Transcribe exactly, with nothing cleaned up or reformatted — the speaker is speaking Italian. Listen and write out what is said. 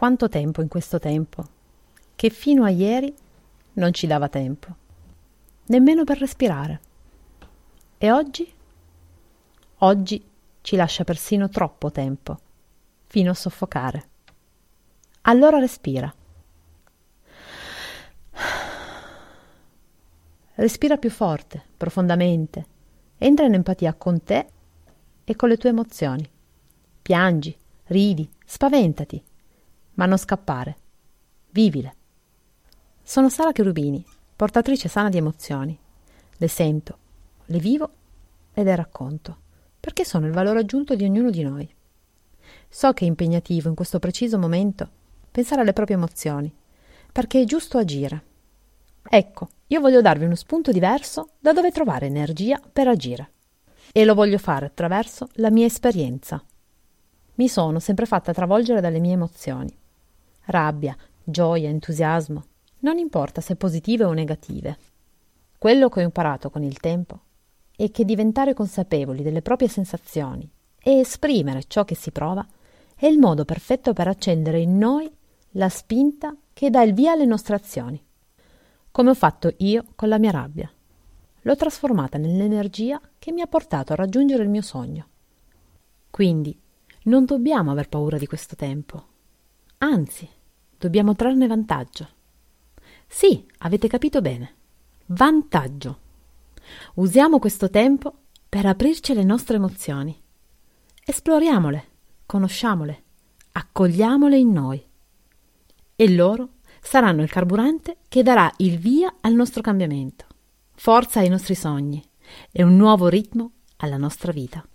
quanto tempo in questo tempo, che fino a ieri non ci dava tempo, nemmeno per respirare. E oggi? Oggi ci lascia persino troppo tempo, fino a soffocare. Allora respira. Respira più forte, profondamente. Entra in empatia con te e con le tue emozioni. Piangi, ridi, spaventati, ma non scappare. Vivile. Sono Sara Cherubini, portatrice sana di emozioni. Le sento, le vivo e le racconto, perché sono il valore aggiunto di ognuno di noi. So che è impegnativo in questo preciso momento pensare alle proprie emozioni, perché è giusto agire. Ecco, io voglio darvi uno spunto diverso da dove trovare energia per agire. E lo voglio fare attraverso la mia esperienza. Mi sono sempre fatta travolgere dalle mie emozioni. Rabbia, gioia, entusiasmo, non importa se positive o negative. Quello che ho imparato con il tempo è che diventare consapevoli delle proprie sensazioni e esprimere ciò che si prova è il modo perfetto per accendere in noi la spinta che dà il via alle nostre azioni. Come ho fatto io con la mia rabbia. L'ho trasformata nell'energia che mi ha portato a raggiungere il mio sogno. Quindi non dobbiamo aver paura di questo tempo. Anzi, dobbiamo trarne vantaggio. Sì, avete capito bene. Vantaggio. Usiamo questo tempo per aprirci alle nostre emozioni. Esploriamole, conosciamole, accogliamole in noi. E loro saranno il carburante che darà il via al nostro cambiamento, forza ai nostri sogni e un nuovo ritmo alla nostra vita.